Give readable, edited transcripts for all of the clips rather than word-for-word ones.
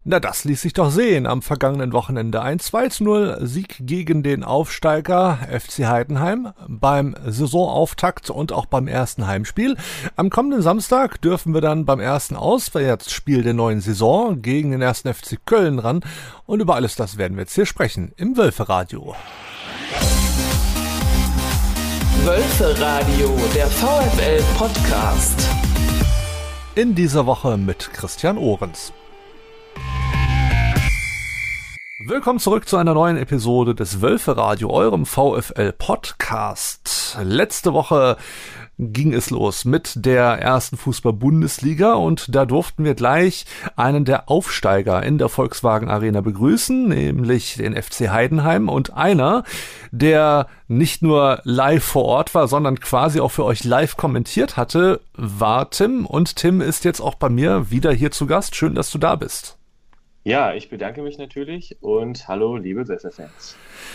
Na, das ließ sich doch sehen am vergangenen Wochenende. Ein 2:0 Sieg gegen den Aufsteiger FC Heidenheim beim Saisonauftakt und auch beim ersten Heimspiel. Am kommenden Samstag dürfen wir dann beim ersten Auswärtsspiel der neuen Saison gegen den 1. FC Köln ran. Und über alles das werden wir jetzt hier sprechen im Wölferadio. Wölferadio, der VfL-Podcast. In dieser Woche mit Christian Ohrens. Willkommen zurück zu einer neuen Episode des Wölferadio, eurem VfL-Podcast. Letzte Woche ging es los mit der ersten Fußball-Bundesliga und da durften wir gleich einen der Aufsteiger in der Volkswagen Arena begrüßen, nämlich den FC Heidenheim, und einer, der nicht nur live vor Ort war, sondern quasi auch für euch live kommentiert hatte, war Tim, und Tim ist jetzt auch bei mir wieder hier zu Gast. Schön, dass du da bist. Ja, ich bedanke mich natürlich und hallo, liebe Wölfe-Fans.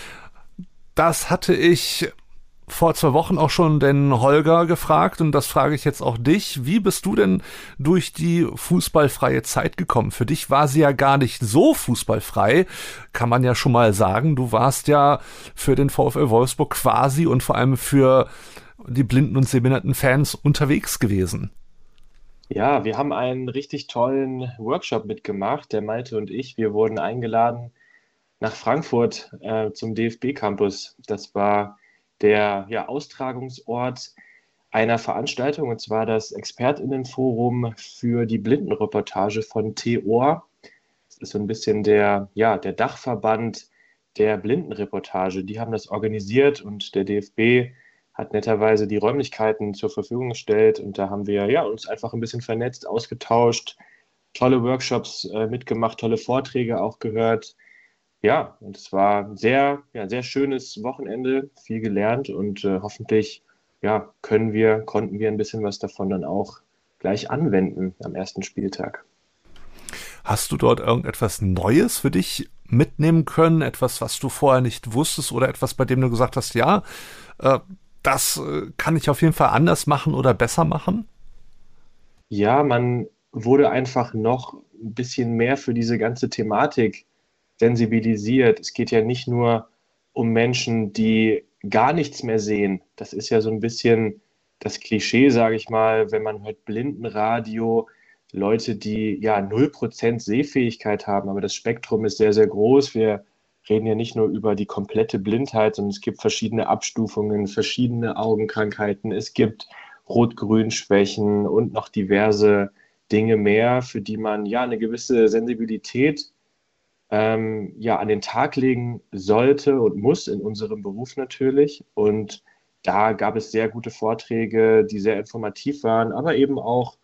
Das hatte ich vor 2 Wochen auch schon den Holger gefragt und das frage ich jetzt auch dich. Wie bist du denn durch die fußballfreie Zeit gekommen? Für dich war sie ja gar nicht so fußballfrei, kann man ja schon mal sagen. Du warst ja für den VfL Wolfsburg quasi und vor allem für die blinden und sehbehinderten Fans unterwegs gewesen. Ja, wir haben einen richtig tollen Workshop mitgemacht, der Malte und ich. Wir wurden eingeladen nach Frankfurt zum DFB-Campus. Das war der Austragungsort einer Veranstaltung, und zwar das ExpertInnenforum für die Blindenreportage von TEOR. Das ist so ein bisschen der Dachverband der Blindenreportage. Die haben das organisiert und der DFB hat netterweise die Räumlichkeiten zur Verfügung gestellt, und da haben wir uns einfach ein bisschen vernetzt, ausgetauscht, tolle Workshops mitgemacht, tolle Vorträge auch gehört. Ja, und es war ein sehr schönes Wochenende, viel gelernt, und hoffentlich konnten wir ein bisschen was davon dann auch gleich anwenden am ersten Spieltag. Hast du dort irgendetwas Neues für dich mitnehmen können? Etwas, was du vorher nicht wusstest, oder etwas, bei dem du gesagt hast, das kann ich auf jeden Fall anders machen oder besser machen? Ja, man wurde einfach noch ein bisschen mehr für diese ganze Thematik sensibilisiert. Es geht ja nicht nur um Menschen, die gar nichts mehr sehen. Das ist ja so ein bisschen das Klischee, sage ich mal, wenn man hört Blindenradio, Leute, die 0% Sehfähigkeit haben, aber das Spektrum ist sehr, sehr groß. Wir reden ja nicht nur über die komplette Blindheit, sondern es gibt verschiedene Abstufungen, verschiedene Augenkrankheiten. Es gibt Rot-Grün-Schwächen und noch diverse Dinge mehr, für die man eine gewisse Sensibilität an den Tag legen sollte und muss in unserem Beruf natürlich. Und da gab es sehr gute Vorträge, die sehr informativ waren, aber eben auch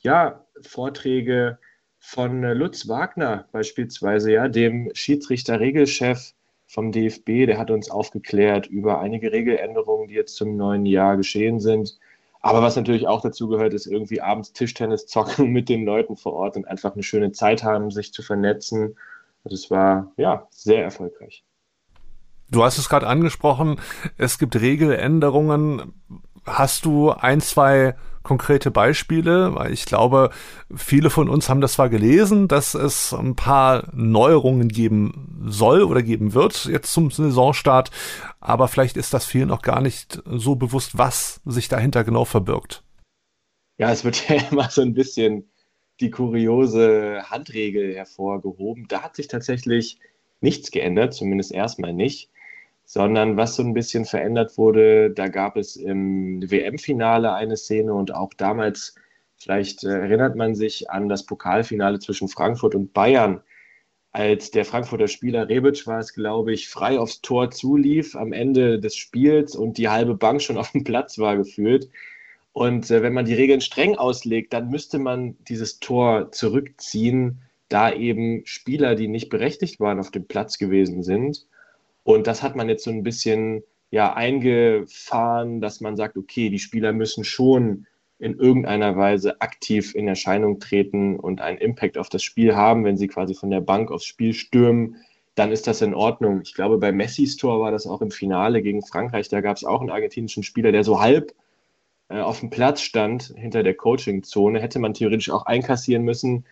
Vorträge von Lutz Wagner beispielsweise, dem Schiedsrichter-Regelchef vom DFB. Der hat uns aufgeklärt über einige Regeländerungen, die jetzt zum neuen Jahr geschehen sind. Aber was natürlich auch dazu gehört, ist irgendwie abends Tischtennis zocken mit den Leuten vor Ort und einfach eine schöne Zeit haben, sich zu vernetzen. Und es war sehr erfolgreich. Du hast es gerade angesprochen, es gibt Regeländerungen. Hast du 1, 2 konkrete Beispiele? Weil ich glaube, viele von uns haben das zwar gelesen, dass es ein paar Neuerungen geben soll oder geben wird jetzt zum Saisonstart, aber vielleicht ist das vielen auch gar nicht so bewusst, was sich dahinter genau verbirgt. Ja, es wird ja immer so ein bisschen die kuriose Handregel hervorgehoben. Da hat sich tatsächlich nichts geändert, zumindest erstmal nicht, sondern was so ein bisschen verändert wurde, da gab es im WM-Finale eine Szene, und auch damals, vielleicht erinnert man sich an das Pokalfinale zwischen Frankfurt und Bayern, als der Frankfurter Spieler Rebic war es, glaube ich, frei aufs Tor zulief am Ende des Spiels und die halbe Bank schon auf dem Platz war gefühlt. Und wenn man die Regeln streng auslegt, dann müsste man dieses Tor zurückziehen, da eben Spieler, die nicht berechtigt waren, auf dem Platz gewesen sind. Und das hat man jetzt so ein bisschen eingefahren, dass man sagt, okay, die Spieler müssen schon in irgendeiner Weise aktiv in Erscheinung treten und einen Impact auf das Spiel haben. Wenn sie quasi von der Bank aufs Spiel stürmen, dann ist das in Ordnung. Ich glaube, bei Messis Tor war das auch im Finale gegen Frankreich. Da gab es auch einen argentinischen Spieler, der so halb auf dem Platz stand, hinter der Coaching-Zone. Hätte man theoretisch auch einkassieren müssen.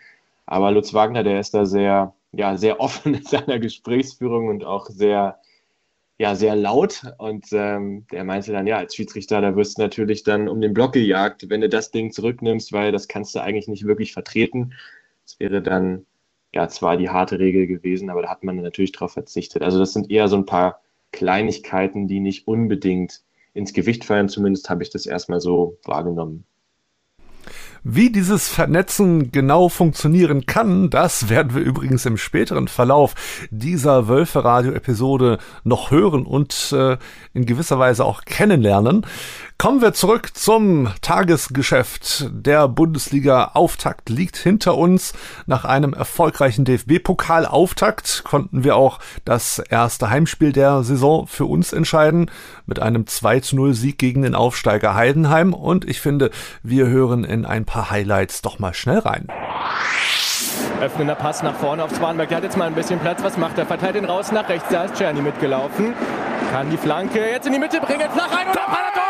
Aber Lutz Wagner, der ist da sehr, ja, sehr offen in seiner Gesprächsführung und auch sehr, ja, sehr laut. Und der meinte dann, ja, als Schiedsrichter, da wirst du natürlich dann um den Block gejagt, wenn du das Ding zurücknimmst, weil das kannst du eigentlich nicht wirklich vertreten. Das wäre dann ja zwar die harte Regel gewesen, aber da hat man natürlich drauf verzichtet. Also das sind eher so ein paar Kleinigkeiten, die nicht unbedingt ins Gewicht fallen. Zumindest habe ich das erstmal so wahrgenommen. Wie dieses Vernetzen genau funktionieren kann, das werden wir übrigens im späteren Verlauf dieser Wölfe-Radio-Episode noch hören und in gewisser Weise auch kennenlernen. Kommen wir zurück zum Tagesgeschäft. Der Bundesliga-Auftakt liegt hinter uns. Nach einem erfolgreichen DFB-Pokal-Auftakt konnten wir auch das erste Heimspiel der Saison für uns entscheiden, mit einem 2:0 Sieg gegen den Aufsteiger Heidenheim. Und ich finde, wir hören in ein paar Highlights doch mal schnell rein. Öffnender Pass nach vorne auf Swanberg. Der hat jetzt mal ein bisschen Platz. Was macht er? Verteilt ihn raus nach rechts. Da ist Czerny mitgelaufen. Kann die Flanke jetzt in die Mitte bringen. Flach rein und dann Tor!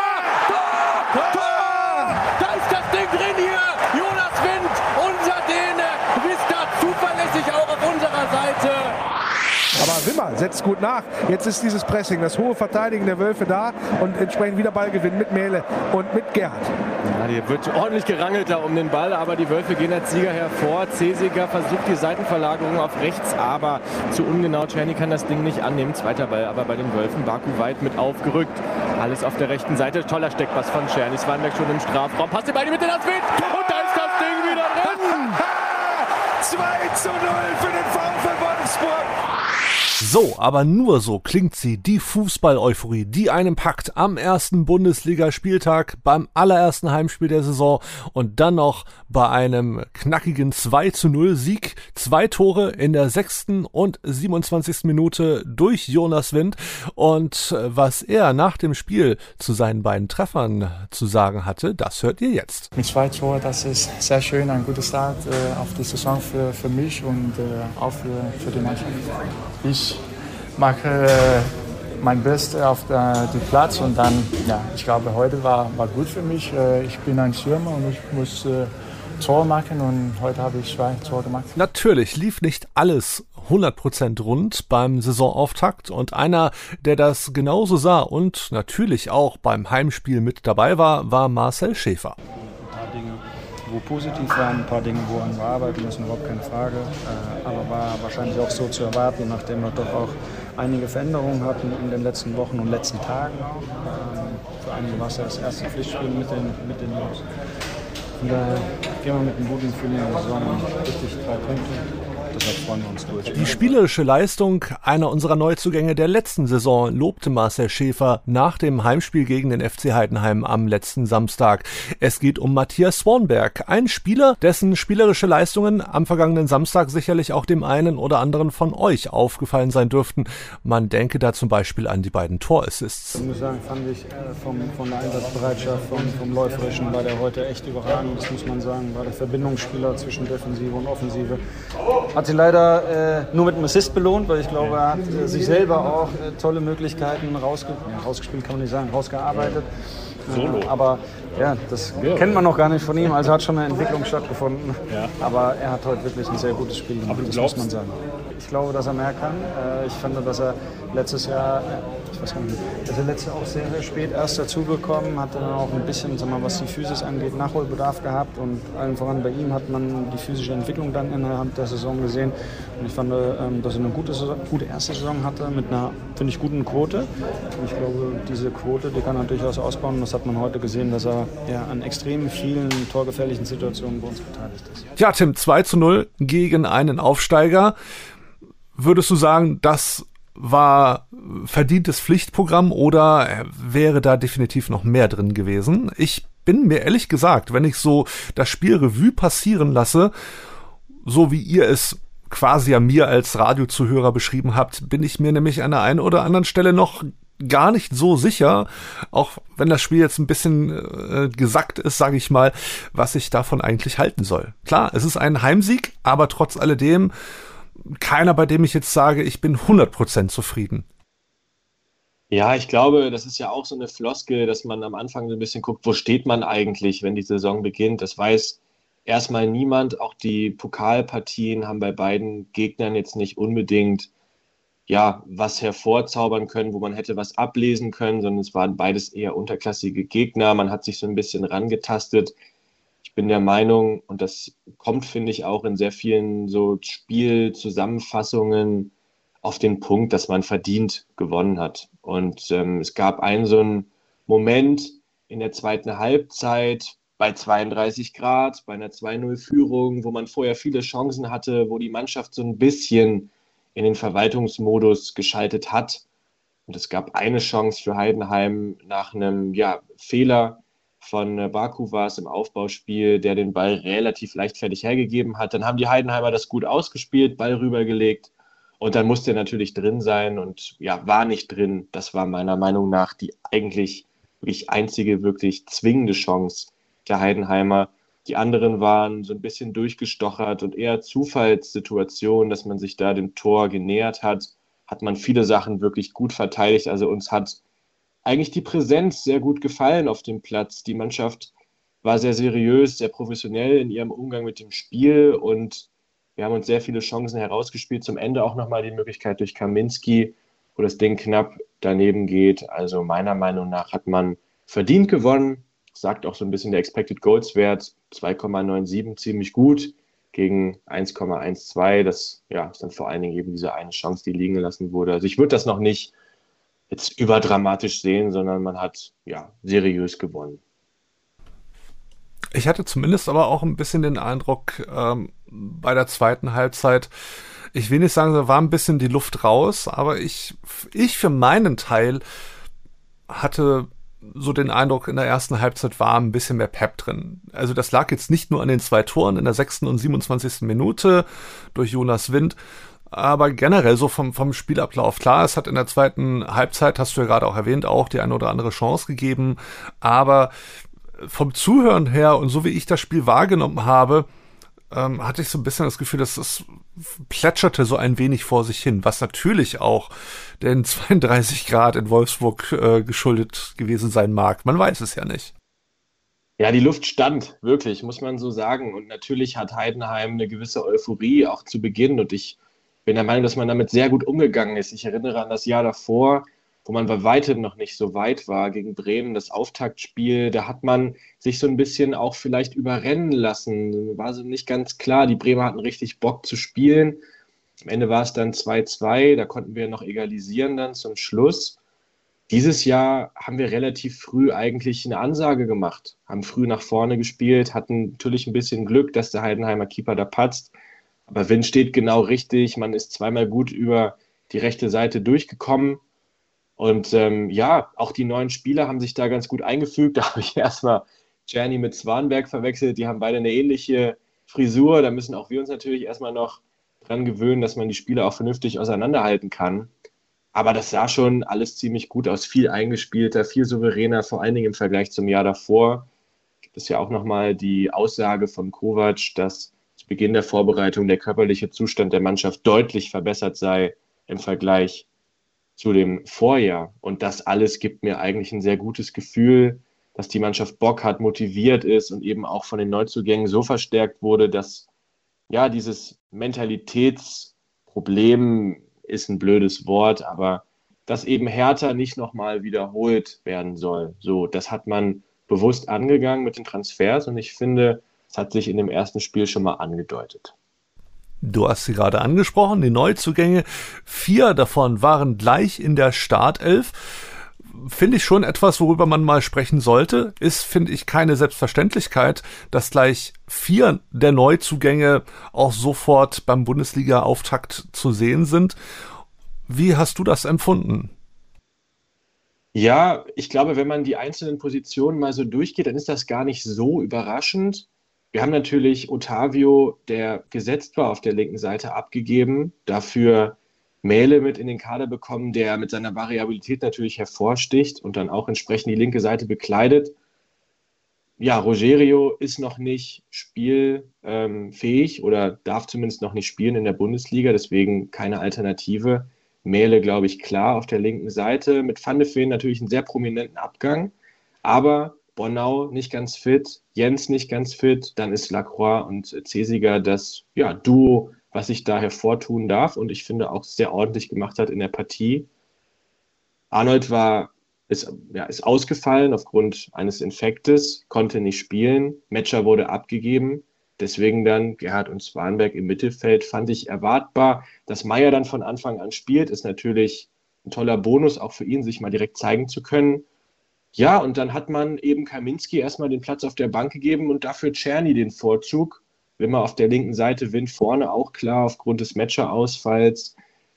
Tor! Da ist das Ding drin hier! Jonas Wind, unser Däne, ist da zuverlässig auch auf unserer Seite. Aber Wimmer setzt gut nach. Jetzt ist dieses Pressing, das hohe Verteidigen der Wölfe da und entsprechend wieder Ballgewinn mit Mähle und mit Gerhardt. Ja, hier wird ordentlich gerangelt da um den Ball, aber die Wölfe gehen als Sieger hervor. Cesiger versucht die Seitenverlagerung auf rechts, aber zu ungenau. Czerny kann das Ding nicht annehmen. Zweiter Ball aber bei den Wölfen. Baku weit mit aufgerückt. Alles auf der rechten Seite. Toller Steckpass von Czerny. Swanberg schon im Strafraum. Passt den Ball in die Mitte, das Wind. Und da ist das Ding wieder drin. 2:0 für den VfL Wolfsburg. So, aber nur so klingt sie, die Fußball-Euphorie, die einen packt am ersten Bundesligaspieltag, beim allerersten Heimspiel der Saison und dann noch bei einem knackigen 2:0 Sieg. 2 Tore in der 6. und 27. Minute durch Jonas Wind. Und was er nach dem Spiel zu seinen beiden Treffern zu sagen hatte, das hört ihr jetzt. Mit 2 Toren, das ist sehr schön, ein guter Start auf die Saison für mich und auch für die Mannschaft. Ich mache mein Bestes auf den Platz und dann, ja, ich glaube, heute war gut für mich. Ich bin ein Stürmer und ich muss Tore machen und heute habe ich 2 Tore gemacht. Natürlich lief nicht alles 100% rund beim Saisonauftakt und einer, der das genauso sah und natürlich auch beim Heimspiel mit dabei war, war Marcel Schäfer. Ein paar Dinge, wo positiv waren, ein paar Dinge, wo wir arbeiten müssen, überhaupt keine Frage. Aber war wahrscheinlich auch so zu erwarten, nachdem wir doch auch einige Veränderungen hatten in den letzten Wochen und letzten Tagen auch. Für einige war es ja das erste Pflichtspiel mit den Jungs. Und daher gehen wir mit einem guten Gefühl in die Saison und richtig 3 Punkte. Deshalb freuen wir uns durch. Die spielerische Leistung einer unserer Neuzugänge der letzten Saison lobte Marcel Schäfer nach dem Heimspiel gegen den FC Heidenheim am letzten Samstag. Es geht um Matthias Swanberg, ein Spieler, dessen spielerische Leistungen am vergangenen Samstag sicherlich auch dem einen oder anderen von euch aufgefallen sein dürften. Man denke da zum Beispiel an die beiden Torassists. Ich muss sagen, fand ich von der Einsatzbereitschaft, vom Läuferischen war der heute echt überragend. Das muss man sagen, war der Verbindungsspieler zwischen Defensive und Offensive. Hat sie leider nur mit einem Assist belohnt, weil ich glaube, er hat sich selber auch tolle Möglichkeiten rausgespielt, kann man nicht sagen, rausgearbeitet. Solo. Aber ja, das kennt man noch gar nicht von ihm, also hat schon eine Entwicklung stattgefunden. Ja. Aber er hat heute wirklich ein sehr gutes Spiel gemacht, das muss man sagen. Ich glaube, dass er mehr kann. Ich fand, dass er letztes Jahr, ich weiß gar nicht, dass er letztes Jahr auch sehr, sehr spät erst dazugekommen, hat dann auch ein bisschen, sag mal, was die Physis angeht, Nachholbedarf gehabt und allen voran bei ihm hat man die physische Entwicklung dann innerhalb der Saison gesehen. Und ich fand, dass er eine gute erste Saison hatte mit einer, finde ich, guten Quote. Und ich glaube, diese Quote, die kann er durchaus ausbauen. Das hat man heute gesehen, dass er ja an extrem vielen torgefährlichen Situationen bei uns beteiligt ist. Ja, Tim, 2:0 gegen einen Aufsteiger. Würdest du sagen, das war verdientes Pflichtprogramm oder wäre da definitiv noch mehr drin gewesen? Ich bin mir ehrlich gesagt, wenn ich so das Spiel Revue passieren lasse, so wie ihr es quasi ja mir als Radiozuhörer beschrieben habt, bin ich mir nämlich an der einen oder anderen Stelle noch gar nicht so sicher, auch wenn das Spiel jetzt ein bisschen gesackt ist, sage ich mal, was ich davon eigentlich halten soll. Klar, es ist ein Heimsieg, aber trotz alledem keiner, bei dem ich jetzt sage, ich bin 100% zufrieden. Ja, ich glaube, das ist ja auch so eine Floskel, dass man am Anfang so ein bisschen guckt, wo steht man eigentlich, wenn die Saison beginnt. Das weiß erstmal niemand. Auch die Pokalpartien haben bei beiden Gegnern jetzt nicht unbedingt ja, was hervorzaubern können, wo man hätte was ablesen können, sondern es waren beides eher unterklassige Gegner. Man hat sich so ein bisschen rangetastet. Ich bin der Meinung, und das kommt, finde ich, auch in sehr vielen so Spielzusammenfassungen auf den Punkt, dass man verdient gewonnen hat. Und es gab einen so einen Moment in der zweiten Halbzeit bei 32 Grad, bei einer 2:0-Führung, wo man vorher viele Chancen hatte, wo die Mannschaft so ein bisschen in den Verwaltungsmodus geschaltet hat. Und es gab eine Chance für Heidenheim nach einem Fehler von Baku war es im Aufbauspiel, der den Ball relativ leichtfertig hergegeben hat. Dann haben die Heidenheimer das gut ausgespielt, Ball rübergelegt und dann musste er natürlich drin sein und ja, war nicht drin. Das war meiner Meinung nach die eigentlich wirklich einzige, wirklich zwingende Chance der Heidenheimer. Die anderen waren so ein bisschen durchgestochert und eher Zufallssituationen, dass man sich da dem Tor genähert hat, hat man viele Sachen wirklich gut verteidigt. Also uns hat eigentlich die Präsenz sehr gut gefallen auf dem Platz. Die Mannschaft war sehr seriös, sehr professionell in ihrem Umgang mit dem Spiel und wir haben uns sehr viele Chancen herausgespielt. Zum Ende auch nochmal die Möglichkeit durch Kaminski, wo das Ding knapp daneben geht. Also meiner Meinung nach hat man verdient gewonnen. Sagt auch so ein bisschen der Expected Goals Wert 2,97, ziemlich gut gegen 1,12. Das ist dann vor allen Dingen eben diese eine Chance, die liegen gelassen wurde. Also ich würde das noch nicht jetzt überdramatisch sehen, sondern man hat seriös gewonnen. Ich hatte zumindest aber auch ein bisschen den Eindruck bei der zweiten Halbzeit, ich will nicht sagen, da war ein bisschen die Luft raus, aber ich für meinen Teil hatte so den Eindruck, in der ersten Halbzeit war ein bisschen mehr Pep drin. Also das lag jetzt nicht nur an den 2 Toren in der 6. und 27. Minute durch Jonas Wind, aber generell so vom Spielablauf. Klar, es hat in der zweiten Halbzeit, hast du ja gerade auch erwähnt, auch die eine oder andere Chance gegeben, aber vom Zuhören her und so wie ich das Spiel wahrgenommen habe, hatte ich so ein bisschen das Gefühl, dass es plätscherte so ein wenig vor sich hin, was natürlich auch den 32 Grad in Wolfsburg geschuldet gewesen sein mag. Man weiß es ja nicht. Ja, die Luft stand, wirklich, muss man so sagen. Und natürlich hat Heidenheim eine gewisse Euphorie auch zu Beginn. Und ich bin der Meinung, dass man damit sehr gut umgegangen ist. Ich erinnere an das Jahr davor, wo man bei weitem noch nicht so weit war gegen Bremen, das Auftaktspiel. Da hat man sich so ein bisschen auch vielleicht überrennen lassen. War so nicht ganz klar. Die Bremer hatten richtig Bock zu spielen. Am Ende war es dann 2:2. Da konnten wir noch egalisieren dann zum Schluss. Dieses Jahr haben wir relativ früh eigentlich eine Ansage gemacht, haben früh nach vorne gespielt, hatten natürlich ein bisschen Glück, dass der Heidenheimer Keeper da patzt. Aber Wind steht genau richtig. Man ist zweimal gut über die rechte Seite durchgekommen. Und auch die neuen Spieler haben sich da ganz gut eingefügt. Da habe ich erstmal Czerny mit Swanberg verwechselt. Die haben beide eine ähnliche Frisur. Da müssen auch wir uns natürlich erstmal noch dran gewöhnen, dass man die Spieler auch vernünftig auseinanderhalten kann. Aber das sah schon alles ziemlich gut aus. Viel eingespielter, viel souveräner, vor allen Dingen im Vergleich zum Jahr davor. Gibt es ja auch nochmal die Aussage von Kovac, dass zu Beginn der Vorbereitung der körperliche Zustand der Mannschaft deutlich verbessert sei im Vergleich zu dem Vorjahr. Und das alles gibt mir eigentlich ein sehr gutes Gefühl, dass die Mannschaft Bock hat, motiviert ist und eben auch von den Neuzugängen so verstärkt wurde, dass dieses Mentalitätsproblem ist ein blödes Wort, aber dass eben Hertha nicht nochmal wiederholt werden soll. So, das hat man bewusst angegangen mit den Transfers und ich finde, es hat sich in dem ersten Spiel schon mal angedeutet. Du hast sie gerade angesprochen, die Neuzugänge. 4 davon waren gleich in der Startelf. Finde ich schon etwas, worüber man mal sprechen sollte. Ist, finde ich, keine Selbstverständlichkeit, dass gleich 4 der Neuzugänge auch sofort beim Bundesliga-Auftakt zu sehen sind. Wie hast du das empfunden? Ja, ich glaube, wenn man die einzelnen Positionen mal so durchgeht, dann ist das gar nicht so überraschend. Wir haben natürlich Otavio, der gesetzt war auf der linken Seite, abgegeben. Dafür Mähle mit in den Kader bekommen, der mit seiner Variabilität natürlich hervorsticht und dann auch entsprechend die linke Seite bekleidet. Ja, Rogerio ist noch nicht spielfähig oder darf zumindest noch nicht spielen in der Bundesliga, deswegen keine Alternative. Mähle, glaube ich, klar auf der linken Seite. Mit Van de Ven natürlich einen sehr prominenten Abgang, aber Bonau nicht ganz fit, Jens nicht ganz fit, dann ist Lacroix und Cesiger das Duo, was sich da hervortun darf und ich finde auch sehr ordentlich gemacht hat in der Partie. Arnold ist ausgefallen aufgrund eines Infektes, konnte nicht spielen, Metscher wurde abgegeben, deswegen dann Gerhard und Swanberg im Mittelfeld, fand ich erwartbar. Dass Meier dann von Anfang an spielt, ist natürlich ein toller Bonus, auch für ihn, sich mal direkt zeigen zu können. Ja, und dann hat man eben Kaminski erstmal den Platz auf der Bank gegeben und dafür Czerny den Vorzug. Wimmer auf der linken Seite, Wind vorne auch klar aufgrund des Metscher-Ausfalls.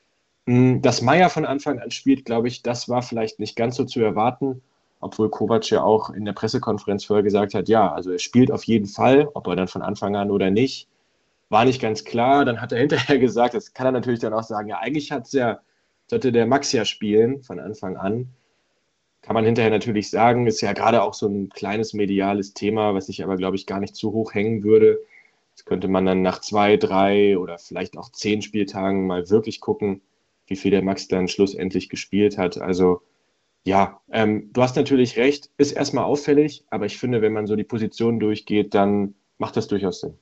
Dass Meier von Anfang an spielt, glaube ich, das war vielleicht nicht ganz so zu erwarten, obwohl Kovac ja auch in der Pressekonferenz vorher gesagt hat, ja, also er spielt auf jeden Fall, ob er dann von Anfang an oder nicht, war nicht ganz klar. Dann hat er hinterher gesagt, das kann er natürlich dann auch sagen, ja, eigentlich sollte der Max ja spielen von Anfang an. Kann man hinterher natürlich sagen, ist ja gerade auch so ein kleines mediales Thema, was ich aber, glaube ich, gar nicht zu hoch hängen würde. Das könnte man dann nach 2, 3 oder vielleicht auch 10 Spieltagen mal wirklich gucken, wie viel der Max dann schlussendlich gespielt hat. Also ja, du hast natürlich recht, ist erstmal auffällig, aber ich finde, wenn man so die Position durchgeht, dann macht das durchaus Sinn.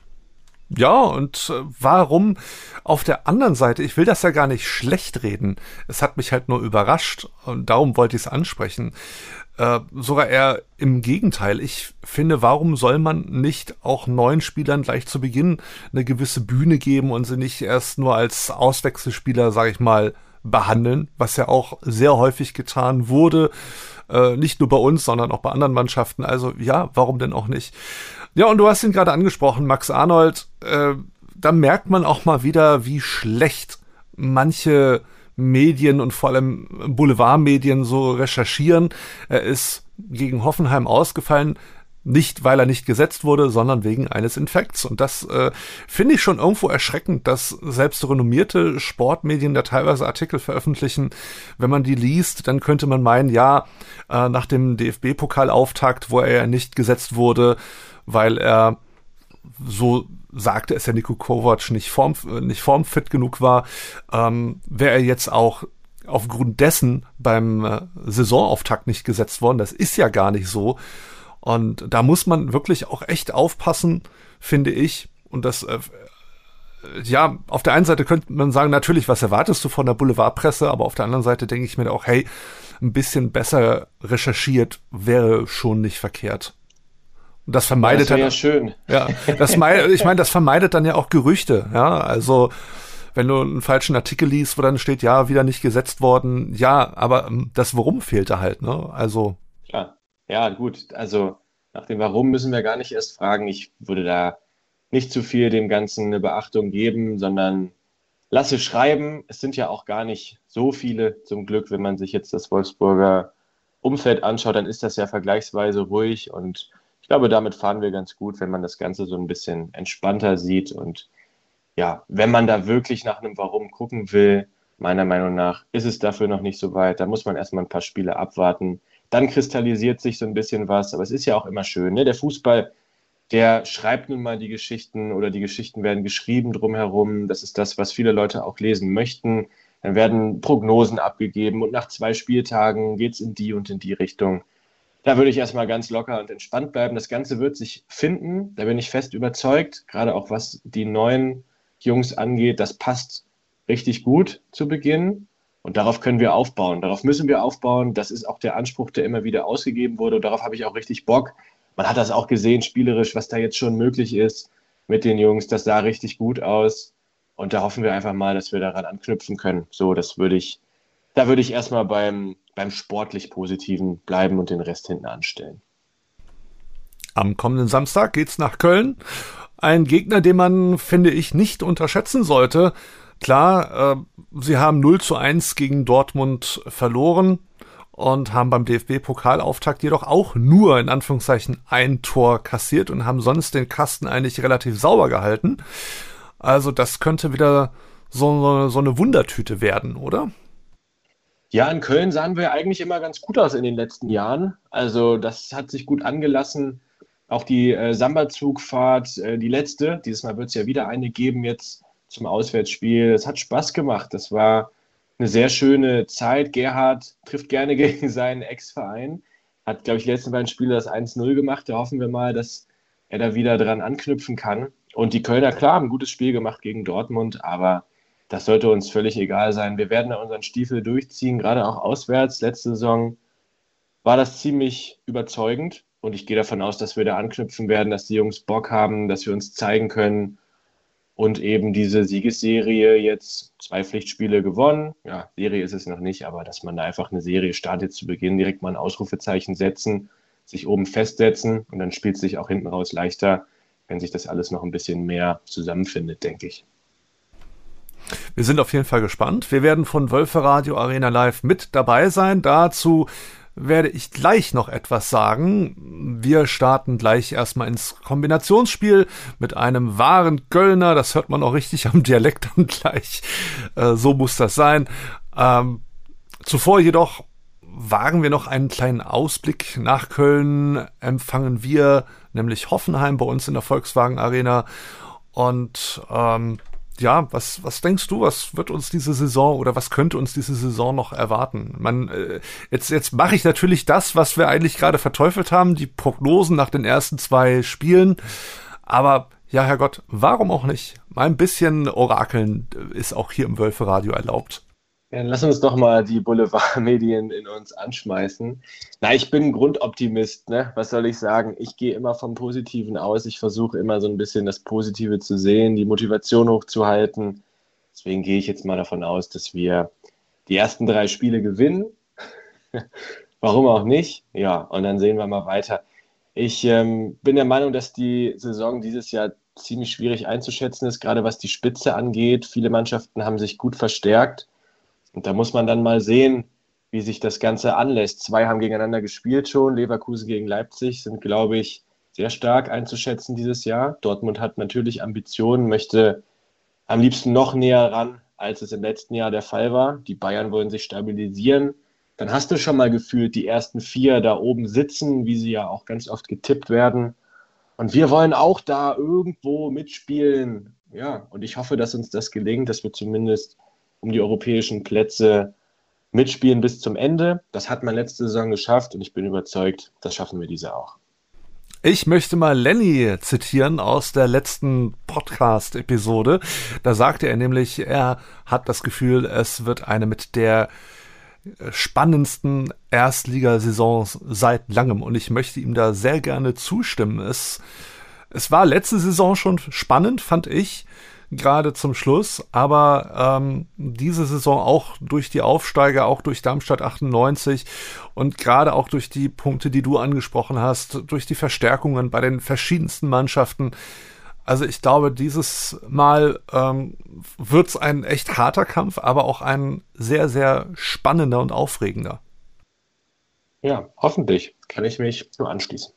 Ja, und warum auf der anderen Seite, ich will das ja gar nicht schlecht reden, es hat mich halt nur überrascht und darum wollte ich es ansprechen. Sogar eher im Gegenteil. Ich finde, warum soll man nicht auch neuen Spielern gleich zu Beginn eine gewisse Bühne geben und sie nicht erst nur als Auswechselspieler, sag ich mal, behandeln, was ja auch sehr häufig getan wurde, nicht nur bei uns, sondern auch bei anderen Mannschaften. Also ja, warum denn auch nicht? Ja, und du hast ihn gerade angesprochen, Max Arnold, da merkt man auch mal wieder, wie schlecht manche Medien und vor allem Boulevardmedien so recherchieren. Er ist gegen Hoffenheim ausgefallen, nicht weil er nicht gesetzt wurde, sondern wegen eines Infekts. Und das finde ich schon irgendwo erschreckend, dass selbst renommierte Sportmedien da teilweise Artikel veröffentlichen. Wenn man die liest, dann könnte man meinen, ja, nach dem DFB-Pokalauftakt, wo er ja nicht gesetzt wurde, weil er, so sagte es ja Niko Kovac, nicht formfit genug war, wäre er jetzt auch aufgrund dessen beim Saisonauftakt nicht gesetzt worden. Das ist ja gar nicht so. Und da muss man wirklich auch echt aufpassen, finde ich. Und das, auf der einen Seite könnte man sagen, natürlich, was erwartest du von der Boulevardpresse? Aber auf der anderen Seite denke ich mir auch, hey, ein bisschen besser recherchiert wäre schon nicht verkehrt. Und das vermeidet dann. Das wäre ja schön. Ja, das vermeidet dann ja auch Gerüchte. Ja, also wenn du einen falschen Artikel liest, wo dann steht, ja, wieder nicht gesetzt worden, ja, aber das Warum fehlte halt, ne? Also. Klar. Ja, gut. Also nach dem Warum müssen wir gar nicht erst fragen. Ich würde da nicht zu viel dem Ganzen eine Beachtung geben, sondern lasse schreiben. Es sind ja auch gar nicht so viele zum Glück. Wenn man sich jetzt das Wolfsburger Umfeld anschaut, dann ist das ja vergleichsweise ruhig und ich glaube, damit fahren wir ganz gut, wenn man das Ganze so ein bisschen entspannter sieht. Und ja, wenn man da wirklich nach einem Warum gucken will, meiner Meinung nach, ist es dafür noch nicht so weit. Da muss man erstmal ein paar Spiele abwarten. Dann kristallisiert sich so ein bisschen was. Aber es ist ja auch immer schön, ne? Der Fußball, der schreibt nun mal die Geschichten oder die Geschichten werden geschrieben drumherum. Das ist das, was viele Leute auch lesen möchten. Dann werden Prognosen abgegeben und nach 2 Spieltagen geht es in die und in die Richtung. Da würde ich erstmal ganz locker und entspannt bleiben. Das Ganze wird sich finden, da bin ich fest überzeugt, gerade auch was die neuen Jungs angeht, das passt richtig gut zu Beginn und darauf können wir aufbauen, darauf müssen wir aufbauen, das ist auch der Anspruch, der immer wieder ausgegeben wurde und darauf habe ich auch richtig Bock. Man hat das auch gesehen, spielerisch, was da jetzt schon möglich ist mit den Jungs, das sah richtig gut aus und da hoffen wir einfach mal, dass wir daran anknüpfen können. So, da würde ich erstmal beim sportlich Positiven bleiben und den Rest hinten anstellen. Am kommenden Samstag geht's nach Köln. Ein Gegner, den man, finde ich, nicht unterschätzen sollte. Klar, sie haben 0:1 gegen Dortmund verloren und haben beim DFB-Pokalauftakt jedoch auch nur, in Anführungszeichen, ein Tor kassiert und haben sonst den Kasten eigentlich relativ sauber gehalten. Also das könnte wieder so eine Wundertüte werden, oder? Ja, in Köln sahen wir eigentlich immer ganz gut aus in den letzten Jahren. Also das hat sich gut angelassen. Auch die Samba-Zugfahrt, die letzte, dieses Mal wird es ja wieder eine geben jetzt zum Auswärtsspiel. Es hat Spaß gemacht. Das war eine sehr schöne Zeit. Gerhard trifft gerne gegen seinen Ex-Verein. hat, glaube ich, die letzten beiden Spiele das 1-0 gemacht. Da hoffen wir mal, dass er da wieder dran anknüpfen kann. Und die Kölner, klar, haben ein gutes Spiel gemacht gegen Dortmund, aber das sollte uns völlig egal sein. Wir werden da unseren Stiefel durchziehen, gerade auch auswärts. Letzte Saison war das ziemlich überzeugend und ich gehe davon aus, dass wir da anknüpfen werden, dass die Jungs Bock haben, dass wir uns zeigen können und eben diese Siegesserie jetzt 2 Pflichtspiele gewonnen. Ja, Serie ist es noch nicht, aber dass man da einfach eine Serie startet zu Beginn, direkt mal ein Ausrufezeichen setzen, sich oben festsetzen und dann spielt es sich auch hinten raus leichter, wenn sich das alles noch ein bisschen mehr zusammenfindet, denke ich. Wir sind auf jeden Fall gespannt. Wir werden von Wölfe Radio Arena Live mit dabei sein. Dazu werde ich gleich noch etwas sagen. Wir starten gleich erstmal ins Kombinationsspiel mit einem wahren Kölner. Das hört man auch richtig am Dialekt dann gleich. So muss das sein. Zuvor jedoch wagen wir noch einen kleinen Ausblick. Nach Köln empfangen wir nämlich Hoffenheim bei uns in der Volkswagen Arena. Und ja, was denkst du, was wird uns diese Saison oder was könnte uns diese Saison noch erwarten? Jetzt mache ich natürlich das, was wir eigentlich gerade verteufelt haben, die Prognosen nach den ersten 2 Spielen. Aber ja, Herrgott, warum auch nicht? Mal ein bisschen Orakeln ist auch hier im Wölfe-Radio erlaubt. Ja, dann lass uns doch mal die Boulevardmedien in uns anschmeißen. Na, ich bin ein Grundoptimist, ne? Was soll ich sagen? Ich gehe immer vom Positiven aus. Ich versuche immer so ein bisschen das Positive zu sehen, die Motivation hochzuhalten. Deswegen gehe ich jetzt mal davon aus, dass wir die ersten 3 Spiele gewinnen. Warum auch nicht? Ja, und dann sehen wir mal weiter. Ich bin der Meinung, dass die Saison dieses Jahr ziemlich schwierig einzuschätzen ist, gerade was die Spitze angeht. Viele Mannschaften haben sich gut verstärkt. Und da muss man dann mal sehen, wie sich das Ganze anlässt. 2 haben gegeneinander gespielt schon. Leverkusen gegen Leipzig sind, glaube ich, sehr stark einzuschätzen dieses Jahr. Dortmund hat natürlich Ambitionen, möchte am liebsten noch näher ran, als es im letzten Jahr der Fall war. Die Bayern wollen sich stabilisieren. Dann hast du schon mal gefühlt die ersten 4 da oben sitzen, wie sie ja auch ganz oft getippt werden. Und wir wollen auch da irgendwo mitspielen. Ja, und ich hoffe, dass uns das gelingt, dass wir zumindest um die europäischen Plätze mitspielen bis zum Ende. Das hat man letzte Saison geschafft und ich bin überzeugt, das schaffen wir diese auch. Ich möchte mal Lenny zitieren aus der letzten Podcast-Episode. Da sagte er nämlich, er hat das Gefühl, es wird eine mit der spannendsten Erstligasaisons seit langem und ich möchte ihm da sehr gerne zustimmen. Es war letzte Saison schon spannend, fand ich, gerade zum Schluss, aber diese Saison auch durch die Aufsteiger, auch durch Darmstadt 98 und gerade auch durch die Punkte, die du angesprochen hast, durch die Verstärkungen bei den verschiedensten Mannschaften. Also ich glaube, dieses Mal wird es ein echt harter Kampf, aber auch ein sehr, sehr spannender und aufregender. Ja, hoffentlich kann ich mich nur anschließen.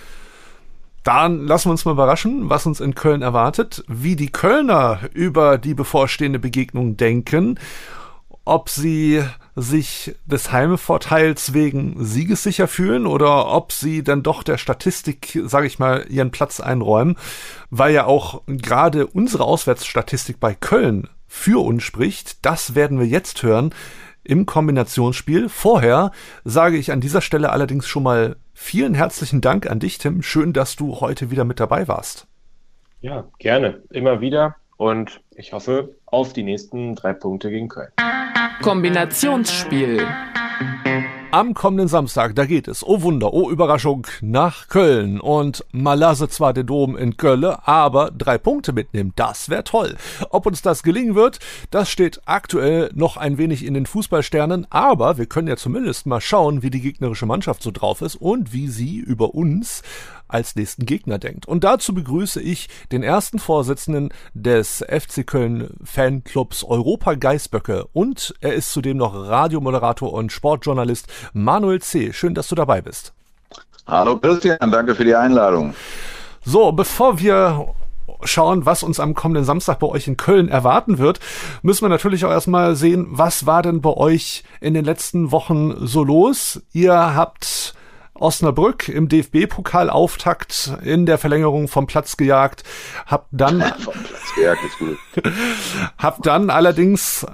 Dann lassen wir uns mal überraschen, was uns in Köln erwartet, wie die Kölner über die bevorstehende Begegnung denken, ob sie sich des Heimvorteils wegen siegessicher fühlen oder ob sie dann doch der Statistik, sage ich mal, ihren Platz einräumen, weil ja auch gerade unsere Auswärtsstatistik bei Köln für uns spricht. Das werden wir jetzt hören im Kombinationsspiel. Vorher sage ich an dieser Stelle allerdings schon mal vielen herzlichen Dank an dich, Tim. Schön, dass du heute wieder mit dabei warst. Ja, gerne. Immer wieder. Und ich hoffe auf die nächsten 3 Punkte gegen Köln. Kombinationsspiel. Am kommenden Samstag, da geht es, oh Wunder, oh Überraschung, nach Köln. Und man lasse zwar den Dom in Köln, aber 3 Punkte mitnehmen, das wäre toll. Ob uns das gelingen wird, das steht aktuell noch ein wenig in den Fußballsternen, aber wir können ja zumindest mal schauen, wie die gegnerische Mannschaft so drauf ist und wie sie über uns als nächsten Gegner denkt. Und dazu begrüße ich den ersten Vorsitzenden des FC Köln Fanclubs Europa Geißböcke und er ist zudem noch Radiomoderator und Sportjournalist Manuel C. Schön, dass du dabei bist. Hallo Christian, danke für die Einladung. So, bevor wir schauen, was uns am kommenden Samstag bei euch in Köln erwarten wird, müssen wir natürlich auch erstmal sehen, was war denn bei euch in den letzten Wochen so los? Ihr habt Osnabrück im DFB-Pokal-Auftakt in der Verlängerung vom Platz gejagt. Hab dann ist gut. Hab dann allerdings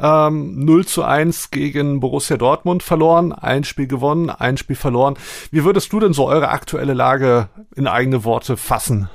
0:1 gegen Borussia Dortmund verloren. Ein Spiel gewonnen, ein Spiel verloren. Wie würdest du denn so eure aktuelle Lage in eigene Worte fassen?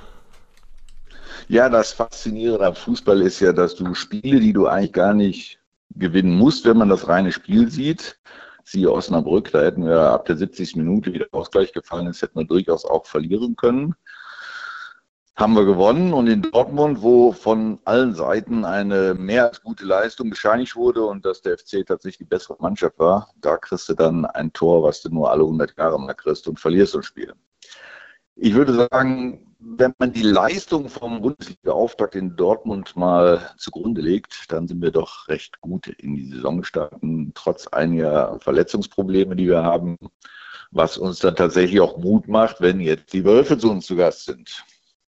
Ja, das Faszinierende am Fußball ist ja, dass du Spiele, die du eigentlich gar nicht gewinnen musst, wenn man das reine Spiel sieht, siehe Osnabrück, da hätten wir ab der 70. Minute, wie der Ausgleich gefallen ist, hätten wir durchaus auch verlieren können. Haben wir gewonnen, und in Dortmund, wo von allen Seiten eine mehr als gute Leistung bescheinigt wurde und dass der FC tatsächlich die bessere Mannschaft war, da kriegst du dann ein Tor, was du nur alle 100 Jahre mal kriegst, und verlierst so ein Spiel. Ich würde sagen, wenn man die Leistung vom Bundesliga-Auftakt in Dortmund mal zugrunde legt, dann sind wir doch recht gut in die Saison gestartet, trotz einiger Verletzungsprobleme, die wir haben, was uns dann tatsächlich auch Mut macht, wenn jetzt die Wölfe zu uns zu Gast sind.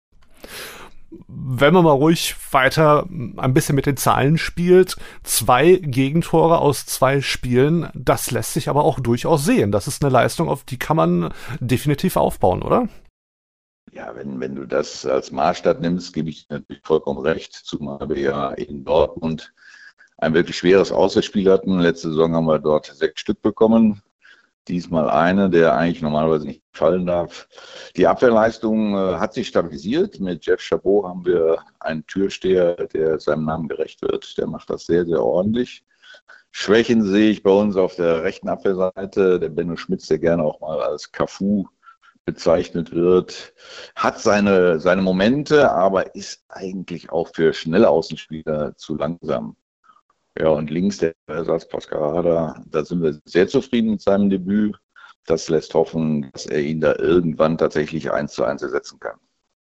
Wenn man mal ruhig weiter ein bisschen mit den Zahlen spielt, 2 Gegentore aus 2 Spielen, das lässt sich aber auch durchaus sehen. Das ist eine Leistung, auf die kann man definitiv aufbauen, oder? Ja, wenn du das als Maßstab nimmst, gebe ich natürlich vollkommen recht, zumal wir ja in Dortmund ein wirklich schweres Auswärtsspiel hatten. Letzte Saison haben wir dort 6 Stück bekommen. Diesmal eine, der eigentlich normalerweise nicht fallen darf. Die Abwehrleistung hat sich stabilisiert. Mit Jeff Chabot haben wir einen Türsteher, der seinem Namen gerecht wird. Der macht das sehr, sehr ordentlich. Schwächen sehe ich bei uns auf der rechten Abwehrseite. Der Benno Schmitz, der gerne auch mal als Cafu bezeichnet wird, hat seine Momente, aber ist eigentlich auch für schnelle Außenspieler zu langsam. Ja, und links der Ersatz Pascarada, da sind wir sehr zufrieden mit seinem Debüt. Das lässt hoffen, dass er ihn da irgendwann tatsächlich 1:1 ersetzen kann.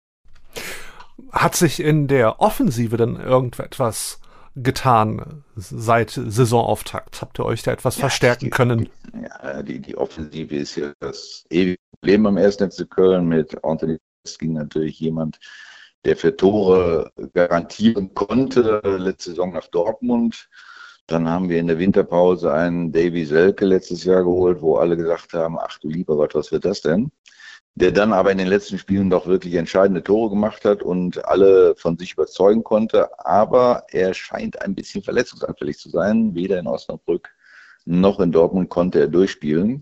Hat sich in der Offensive denn irgendetwas getan seit Saisonauftakt? Habt ihr euch da etwas verstärken können? Die Offensive ist ja das ewige Problem beim 1. FC Köln. Mit Anthony ging natürlich jemand, der für Tore garantieren konnte, letzte Saison nach Dortmund. Dann haben wir in der Winterpause einen Davy Selke letztes Jahr geholt, wo alle gesagt haben, ach du lieber Gott, was wird das denn? Der dann aber in den letzten Spielen doch wirklich entscheidende Tore gemacht hat und alle von sich überzeugen konnte. Aber er scheint ein bisschen verletzungsanfällig zu sein. Weder in Osnabrück noch in Dortmund konnte er durchspielen.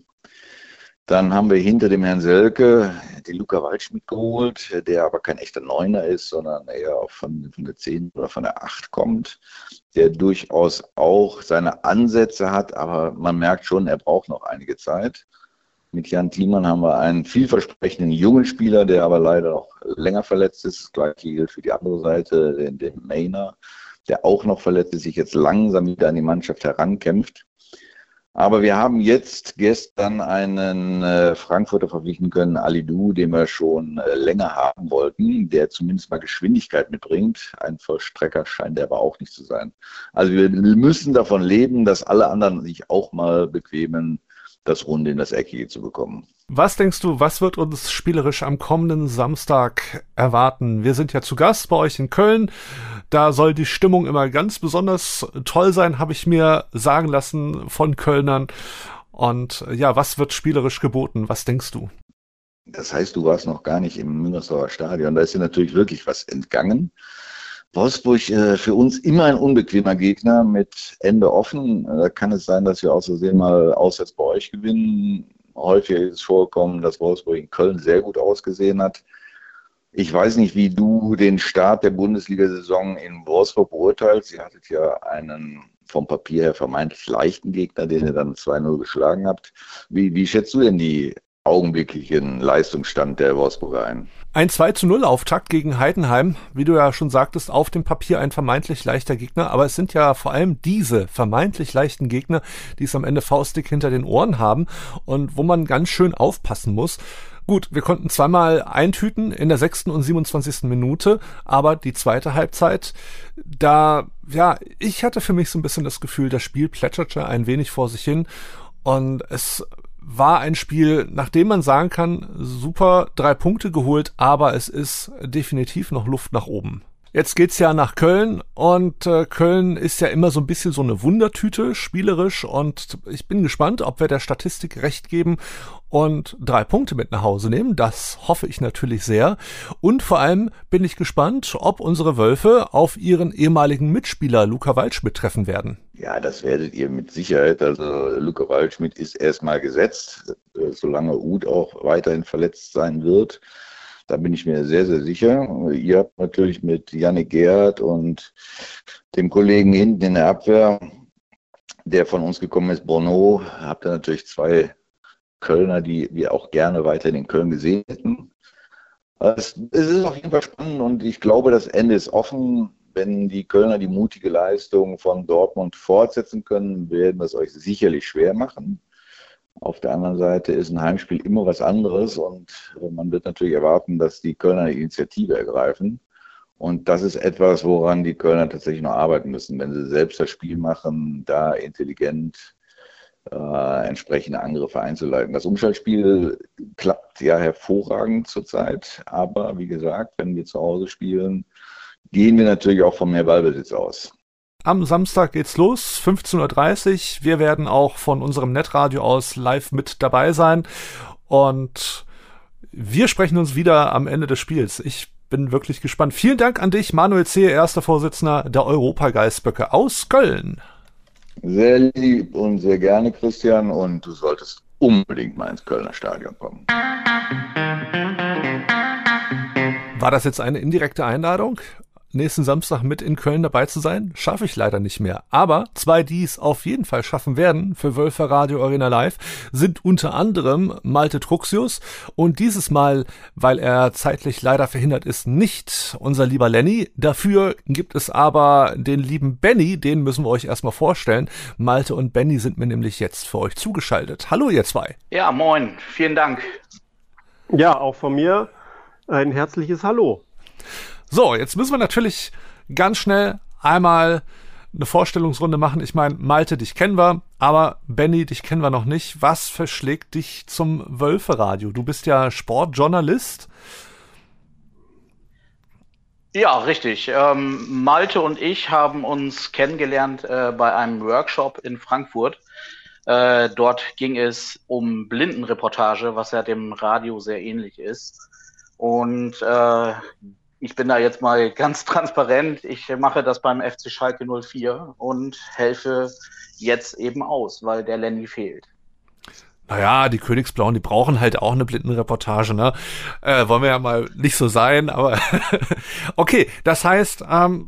Dann haben wir hinter dem Herrn Selke den Luca Waldschmidt geholt, der aber kein echter Neuner ist, sondern eher auch von der 10 oder von der 8 kommt, der durchaus auch seine Ansätze hat, aber man merkt schon, er braucht noch einige Zeit. Mit Jan Thiemann haben wir einen vielversprechenden jungen Spieler, der aber leider noch länger verletzt ist. Das gleiche gilt für die andere Seite, den Mainer, der auch noch verletzt ist, sich jetzt langsam wieder an die Mannschaft herankämpft. Aber wir haben jetzt gestern einen Frankfurter verpflichten können, Alidou, den wir schon länger haben wollten, der zumindest mal Geschwindigkeit mitbringt. Ein Vollstrecker scheint er aber auch nicht zu sein. Also wir müssen davon leben, dass alle anderen sich auch mal bequemen, das Runde in das Eckige zu bekommen. Was denkst du, was wird uns spielerisch am kommenden Samstag erwarten? Wir sind ja zu Gast bei euch in Köln. Da soll die Stimmung immer ganz besonders toll sein, habe ich mir sagen lassen von Kölnern. Und ja, was wird spielerisch geboten? Was denkst du? Das heißt, du warst noch gar nicht im Müngersdorfer Stadion. Da ist dir natürlich wirklich was entgangen. Wolfsburg für uns immer ein unbequemer Gegner mit Ende offen. Da kann es sein, dass wir aus Versehen mal auswärts bei euch gewinnen. Häufig ist es vorgekommen, dass Wolfsburg in Köln sehr gut ausgesehen hat. Ich weiß nicht, wie du den Start der Bundesliga-Saison in Wolfsburg beurteilst. Ihr hattet ja einen vom Papier her vermeintlich leichten Gegner, den ihr dann 2:0 geschlagen habt. Wie schätzt du denn die augenblicklichen Leistungsstand der Wolfsburger ein? Ein 2:0 Auftakt gegen Heidenheim, wie du ja schon sagtest, auf dem Papier ein vermeintlich leichter Gegner, aber es sind ja vor allem diese vermeintlich leichten Gegner, die es am Ende faustdick hinter den Ohren haben und wo man ganz schön aufpassen muss. Gut, wir konnten zweimal eintüten in der 6. und 27. Minute, aber die zweite Halbzeit, ich hatte für mich so ein bisschen das Gefühl, das Spiel plätscherte ein wenig vor sich hin und es war ein Spiel, nachdem man sagen kann, super 3 Punkte geholt, aber es ist definitiv noch Luft nach oben. Jetzt geht's ja nach Köln und Köln ist ja immer so ein bisschen so eine Wundertüte, spielerisch, und ich bin gespannt, ob wir der Statistik recht geben und 3 Punkte mit nach Hause nehmen. Das hoffe ich natürlich sehr. Und vor allem bin ich gespannt, ob unsere Wölfe auf ihren ehemaligen Mitspieler Luca Waldschmidt treffen werden. Ja, das werdet ihr mit Sicherheit. Also Luca Waldschmidt ist erstmal gesetzt, solange Uth auch weiterhin verletzt sein wird. Da bin ich mir sehr, sehr sicher. Ihr habt natürlich mit Yannick Gerhardt und dem Kollegen hinten in der Abwehr, der von uns gekommen ist, Bono, habt ihr natürlich 2 Kölner, die wir auch gerne weiterhin in Köln gesehen hätten. Es ist auf jeden Fall spannend und ich glaube, das Ende ist offen. Wenn die Kölner die mutige Leistung von Dortmund fortsetzen können, werden wir es euch sicherlich schwer machen. Auf der anderen Seite ist ein Heimspiel immer was anderes und man wird natürlich erwarten, dass die Kölner die Initiative ergreifen. Und das ist etwas, woran die Kölner tatsächlich noch arbeiten müssen, wenn sie selbst das Spiel machen, da intelligent entsprechende Angriffe einzuleiten. Das Umschaltspiel klappt ja hervorragend zurzeit, aber wie gesagt, wenn wir zu Hause spielen, gehen wir natürlich auch von mehr Ballbesitz aus. Am Samstag geht's los, 15:30 Uhr. Wir werden auch von unserem Netradio aus live mit dabei sein. Und wir sprechen uns wieder am Ende des Spiels. Ich bin wirklich gespannt. Vielen Dank an dich, Manuel Zehe, erster Vorsitzender der Europageißböcke aus Köln. Sehr lieb und sehr gerne, Christian. Und du solltest unbedingt mal ins Kölner Stadion kommen. War das jetzt eine indirekte Einladung, nächsten Samstag mit in Köln dabei zu sein? Schaffe ich leider nicht mehr. Aber 2, die es auf jeden Fall schaffen werden für Wölfe Radio Arena Live, sind unter anderem Malte Truxius und dieses Mal, weil er zeitlich leider verhindert ist, nicht unser lieber Lenny. Dafür gibt es aber den lieben Benny, den müssen wir euch erstmal vorstellen. Malte und Benny sind mir nämlich jetzt für euch zugeschaltet. Hallo ihr 2. Ja, moin. Vielen Dank. Ja, auch von mir ein herzliches Hallo. So, jetzt müssen wir natürlich ganz schnell einmal eine Vorstellungsrunde machen. Ich meine, Malte, dich kennen wir, aber Benny, dich kennen wir noch nicht. Was verschlägt dich zum Wölferadio? Du bist ja Sportjournalist. Ja, richtig. Malte und ich haben uns kennengelernt bei einem Workshop in Frankfurt. Dort ging es um Blindenreportage, was ja dem Radio sehr ähnlich ist. Und ich bin da jetzt mal ganz transparent. Ich mache das beim FC Schalke 04 und helfe jetzt eben aus, weil der Lenny fehlt. Naja, die Königsblauen, die brauchen halt auch eine Blindenreportage, ne? Wollen wir ja mal nicht so sein, aber okay, das heißt,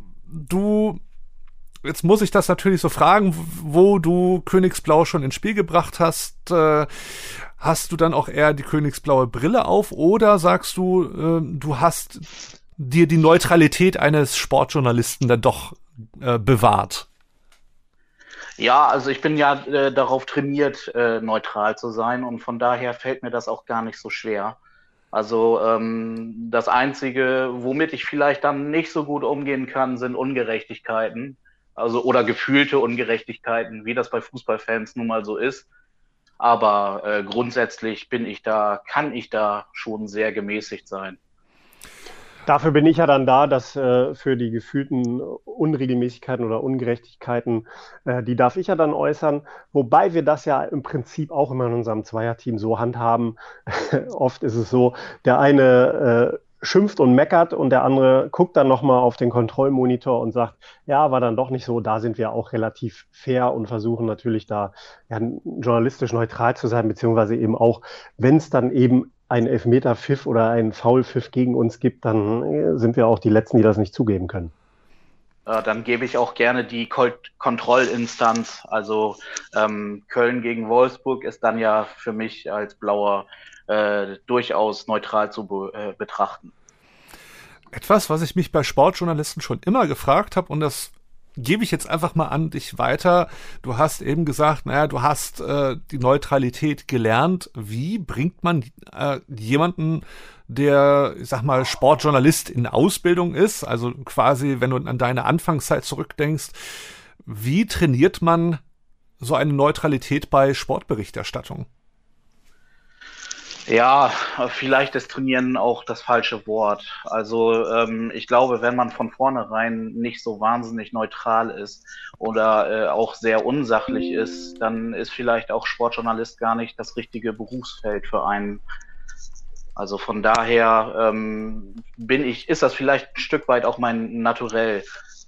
jetzt muss ich das natürlich so fragen, wo du Königsblau schon ins Spiel gebracht hast. Hast du dann auch eher die königsblaue Brille auf oder sagst du, du hast dir die Neutralität eines Sportjournalisten dann doch bewahrt? Ja, also ich bin ja darauf trainiert, neutral zu sein und von daher fällt mir das auch gar nicht so schwer. Also das Einzige, womit ich vielleicht dann nicht so gut umgehen kann, sind Ungerechtigkeiten, also oder gefühlte Ungerechtigkeiten, wie das bei Fußballfans nun mal so ist. Aber grundsätzlich kann ich da schon sehr gemäßigt sein. Dafür bin ich ja dann da, dass für die gefühlten Unregelmäßigkeiten oder Ungerechtigkeiten, die darf ich ja dann äußern. Wobei wir das ja im Prinzip auch immer in unserem Zweierteam so handhaben. Oft ist es so, der eine schimpft und meckert und der andere guckt dann nochmal auf den Kontrollmonitor und sagt, ja, war dann doch nicht so. Da sind wir auch relativ fair und versuchen natürlich da ja, journalistisch neutral zu sein, beziehungsweise eben auch, wenn es dann eben einen Elfmeter-Pfiff oder einen Foul-Pfiff gegen uns gibt, dann sind wir auch die Letzten, die das nicht zugeben können. Dann gebe ich auch gerne die Kontrollinstanz. Also Köln gegen Wolfsburg ist dann ja für mich als Blauer durchaus neutral zu betrachten. Etwas, was ich mich bei Sportjournalisten schon immer gefragt habe, und das gebe ich jetzt einfach mal an dich weiter. Du hast eben gesagt, naja, du hast die Neutralität gelernt. Wie bringt man jemanden, der, ich sag mal, Sportjournalist in Ausbildung ist, also quasi, wenn du an deine Anfangszeit zurückdenkst, wie trainiert man so eine Neutralität bei Sportberichterstattung? Ja, vielleicht ist Trainieren auch das falsche Wort. Also ich glaube, wenn man von vornherein nicht so wahnsinnig neutral ist oder auch sehr unsachlich ist, dann ist vielleicht auch Sportjournalist gar nicht das richtige Berufsfeld für einen. Also von daher ist das vielleicht ein Stück weit auch mein Naturell.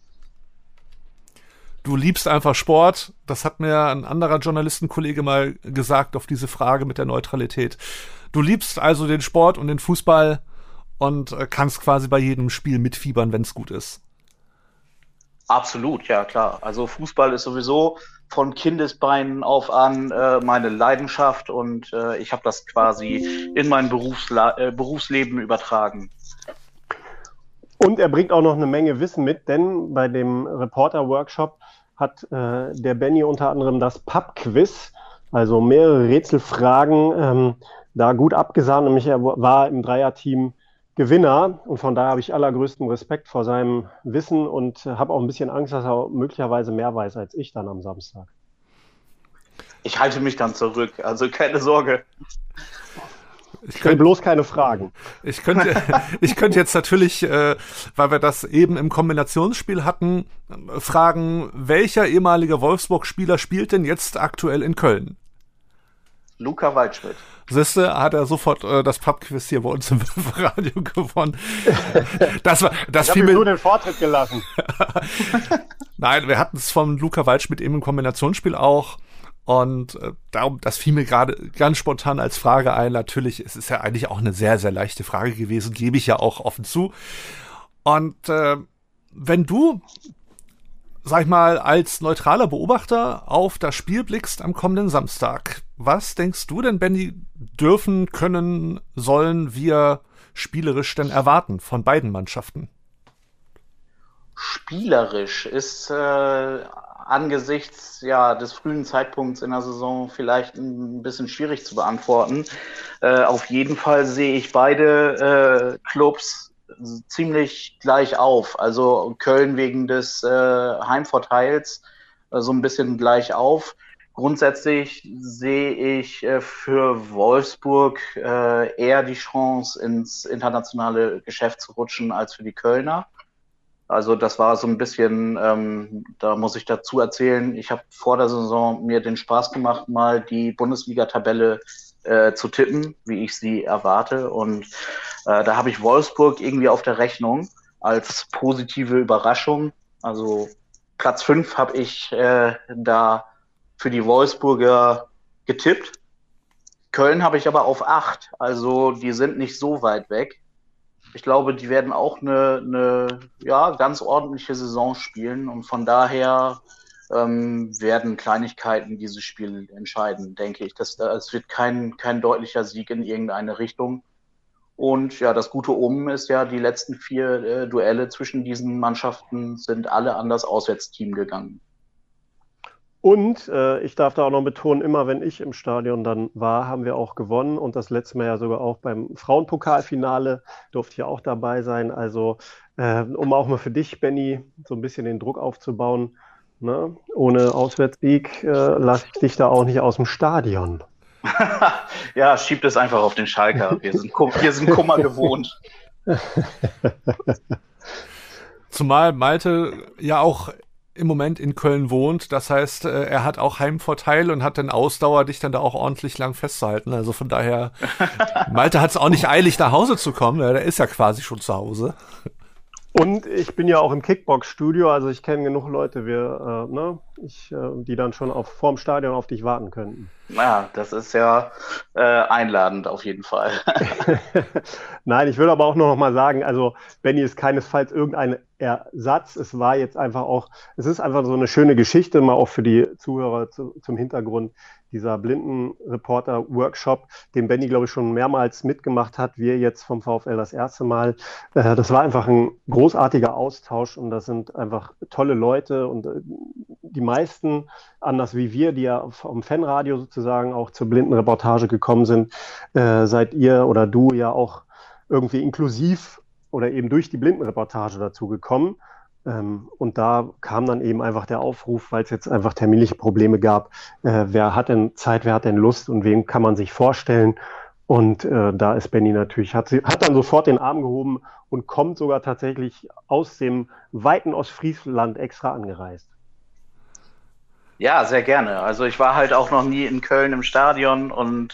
Du liebst einfach Sport. Das hat mir ein anderer Journalistenkollege mal gesagt auf diese Frage mit der Neutralität. Du liebst also den Sport und den Fußball und kannst quasi bei jedem Spiel mitfiebern, wenn es gut ist. Absolut, ja klar. Also Fußball ist sowieso von Kindesbeinen auf an meine Leidenschaft und ich habe das quasi in mein Berufsleben übertragen. Und er bringt auch noch eine Menge Wissen mit, denn bei dem Reporter-Workshop hat der Benny unter anderem das Pub-Quiz, also mehrere Rätselfragen, da gut abgesahnt. Nämlich er war im Dreierteam Gewinner und von daher habe ich allergrößten Respekt vor seinem Wissen und habe auch ein bisschen Angst, dass er möglicherweise mehr weiß als ich dann am Samstag. Ich halte mich dann zurück, also keine Sorge. Ich stelle bloß keine Fragen. Ich könnte jetzt natürlich, weil wir das eben im Kombinationsspiel hatten, fragen, welcher ehemaliger Wolfsburg-Spieler spielt denn jetzt aktuell in Köln? Luca Waldschmidt. Siehste, hat er sofort das Pub-Quiz hier bei uns im Radio gewonnen. Das ich habe ihm nur den Vortritt gelassen. Nein, wir hatten es von Luca Waldschmidt eben im Kombinationsspiel auch. Und darum, das fiel mir gerade ganz spontan als Frage ein. Natürlich, es ist ja eigentlich auch eine sehr, sehr leichte Frage gewesen, gebe ich ja auch offen zu. Und wenn du, sag ich mal, als neutraler Beobachter auf das Spiel blickst am kommenden Samstag, was denkst du denn, Benny, dürfen, können, sollen wir spielerisch denn erwarten von beiden Mannschaften? Spielerisch ist angesichts des frühen Zeitpunkts in der Saison vielleicht ein bisschen schwierig zu beantworten. Auf jeden Fall sehe ich beide Clubs ziemlich gleich auf. Also Köln wegen des Heimvorteils so ein bisschen gleich auf. Grundsätzlich sehe ich für Wolfsburg eher die Chance, ins internationale Geschäft zu rutschen als für die Kölner. Also das war so ein bisschen, da muss ich dazu erzählen, ich habe vor der Saison mir den Spaß gemacht, mal die Bundesliga-Tabelle zu tippen, wie ich sie erwarte. Und da habe ich Wolfsburg irgendwie auf der Rechnung als positive Überraschung. Also Platz 5 habe ich da für die Wolfsburger getippt. Köln habe ich aber auf 8, also die sind nicht so weit weg. Ich glaube, die werden auch eine ganz ordentliche Saison spielen und von daher werden Kleinigkeiten dieses Spiel entscheiden, denke ich. Es wird kein deutlicher Sieg in irgendeine Richtung. Und ja, das gute Omen ist ja, die letzten 4 Duelle zwischen diesen Mannschaften sind alle an das Auswärtsteam gegangen. Und ich darf da auch noch betonen, immer wenn ich im Stadion dann war, haben wir auch gewonnen. Und das letzte Mal ja sogar auch beim Frauenpokalfinale durfte ich ja auch dabei sein. Also um auch mal für dich, Benny, so ein bisschen den Druck aufzubauen, ne? Ohne Auswärtssieg lasse ich dich da auch nicht aus dem Stadion. Ja, schiebt es einfach auf den Schalker. Wir sind Kummer gewohnt. Zumal Malte ja auch im Moment in Köln wohnt. Das heißt, er hat auch Heimvorteil und hat dann Ausdauer, dich dann da auch ordentlich lang festzuhalten. Also von daher, Malte hat es auch nicht eilig, nach Hause zu kommen. Der ist ja quasi schon zu Hause. Und ich bin ja auch im Kickbox-Studio, also ich kenne genug Leute, die dann schon vorm Stadion auf dich warten könnten. Ja, das ist ja einladend auf jeden Fall. Nein, ich will aber auch noch mal sagen, also Benny ist keinesfalls irgendein Ersatz. Es ist einfach so eine schöne Geschichte, mal auch für die Zuhörer zum Hintergrund. Dieser Blindenreporter-Workshop, den Benny, glaube ich, schon mehrmals mitgemacht hat, wir jetzt vom VfL das erste Mal. Das war einfach ein großartiger Austausch und das sind einfach tolle Leute und die meisten, anders wie wir, die ja vom Fanradio sozusagen auch zur Blindenreportage gekommen sind, seid ihr oder du ja auch irgendwie inklusiv oder eben durch die Blindenreportage dazu gekommen. Und da kam dann eben einfach der Aufruf, weil es jetzt einfach terminliche Probleme gab, wer hat denn Zeit, wer hat denn Lust und wem kann man sich vorstellen. Und da ist Benny natürlich, hat dann sofort den Arm gehoben und kommt sogar tatsächlich aus dem weiten Ostfriesland extra angereist. Ja, sehr gerne. Also ich war halt auch noch nie in Köln im Stadion und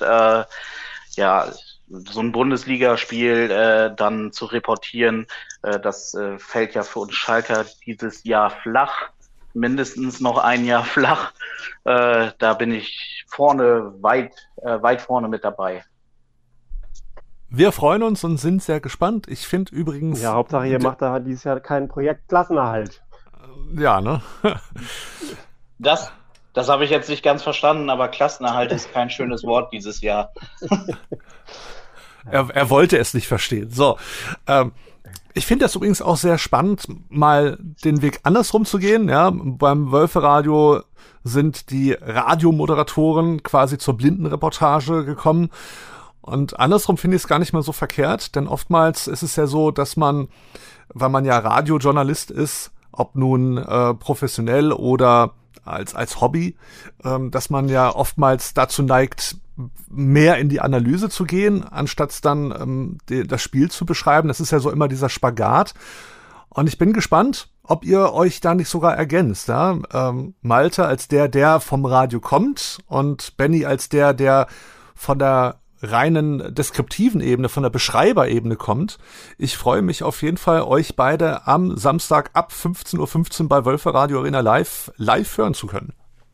so ein Bundesligaspiel dann zu reportieren, das fällt ja für uns Schalker dieses Jahr flach, mindestens noch ein Jahr flach. Da bin ich weit vorne mit dabei. Wir freuen uns und sind sehr gespannt. Ich finde übrigens... Ja, Hauptsache ihr macht da dieses Jahr kein Projekt Klassenerhalt. Ja, ne? Das habe ich jetzt nicht ganz verstanden, aber Klassenerhalt ist kein schönes Wort dieses Jahr. Er wollte es nicht verstehen. So, ich finde das übrigens auch sehr spannend, mal den Weg andersrum zu gehen. Ja, beim Wölferadio sind die Radiomoderatoren quasi zur Blindenreportage gekommen. Und andersrum finde ich es gar nicht mal so verkehrt, denn oftmals ist es ja so, dass man, weil man ja Radiojournalist ist, ob nun professionell oder als Hobby, dass man ja oftmals dazu neigt, mehr in die Analyse zu gehen, anstatt dann das Spiel zu beschreiben. Das ist ja so immer dieser Spagat. Und ich bin gespannt, ob ihr euch da nicht sogar ergänzt. Ja? Malte als der vom Radio kommt und Benny als der von der reinen deskriptiven Ebene, von der Beschreiberebene kommt. Ich freue mich auf jeden Fall, euch beide am Samstag ab 15:15 Uhr bei Wölferadio Arena live hören zu können.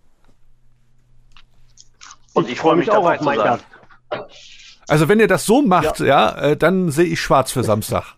Und ich freue mich dabei zu sein. Also wenn ihr das so macht, dann sehe ich schwarz für Samstag.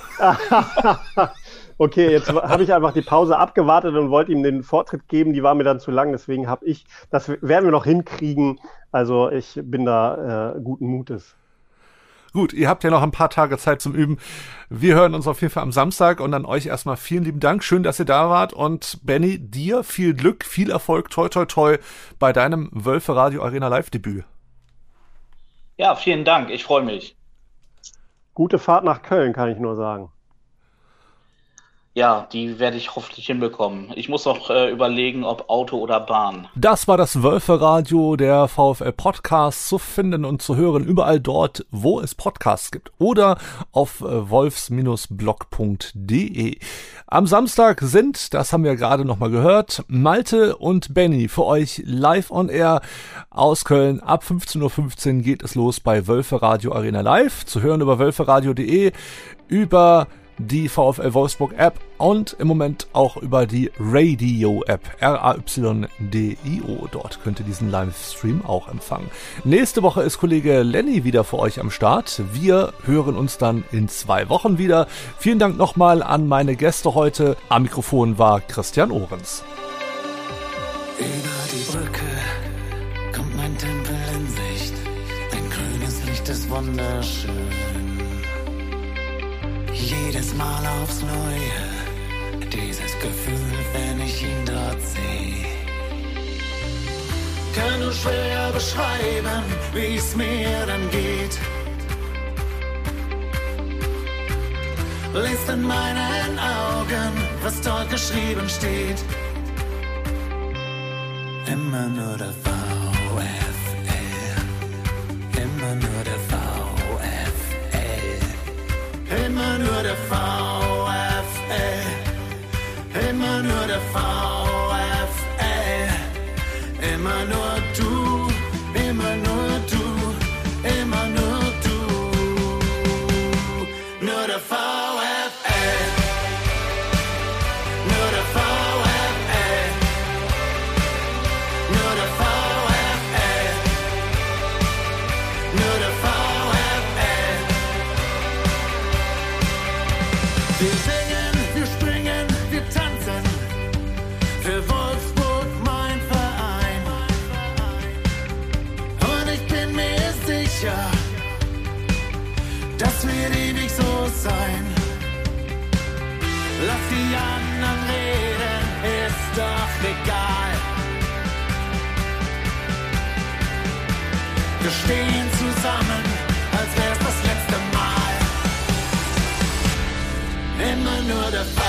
Okay, jetzt habe ich einfach die Pause abgewartet und wollte ihm den Vortritt geben. Die war mir dann zu lang, deswegen das werden wir noch hinkriegen. Also ich bin da guten Mutes. Gut, ihr habt ja noch ein paar Tage Zeit zum Üben. Wir hören uns auf jeden Fall am Samstag und an euch erstmal vielen lieben Dank. Schön, dass ihr da wart. Und Benny, dir viel Glück, viel Erfolg, toi toi toi bei deinem Wölferadio Arena Live-Debüt. Ja, vielen Dank. Ich freue mich. Gute Fahrt nach Köln, kann ich nur sagen. Ja, die werde ich hoffentlich hinbekommen. Ich muss noch überlegen, ob Auto oder Bahn. Das war das Wölferadio, der VfL Podcast, zu finden und zu hören überall dort, wo es Podcasts gibt oder auf wolfs-blog.de. Am Samstag sind, das haben wir gerade nochmal gehört, Malte und Benny für euch live on air aus Köln. Ab 15:15 Uhr geht es los bei Wölferadio Arena Live, zu hören über wölferadio.de, über die VfL Wolfsburg App und im Moment auch über die Radio App, RAYDIO. Dort könnt ihr diesen Livestream auch empfangen. Nächste Woche ist Kollege Lenny wieder für euch am Start. Wir hören uns dann in 2 Wochen wieder. Vielen Dank nochmal an meine Gäste heute. Am Mikrofon war Christian Ohrens. Über die Brücke kommt mein Tempel in Sicht. Ein grünes Licht ist wunderschön. Jedes Mal aufs Neue, dieses Gefühl, wenn ich ihn dort sehe. Kann nur schwer beschreiben, wie es mir dann geht. Lest in meinen Augen, was dort geschrieben steht. Immer nur der VfL, immer nur der VfL. Immer nur der VfL, immer nur der VfL, immer nur du, immer nur du, immer nur du, nur der VfL, nur der VfL, nur der VfL, nur der VfL. Wir singen, wir springen, wir tanzen, für Wolfsburg mein Verein. Und ich bin mir sicher, das wird ewig so sein. Lass die anderen reden, ist doch egal. Wir stehen zusammen, als wär's das letzte Mal. Immer nur der Fall.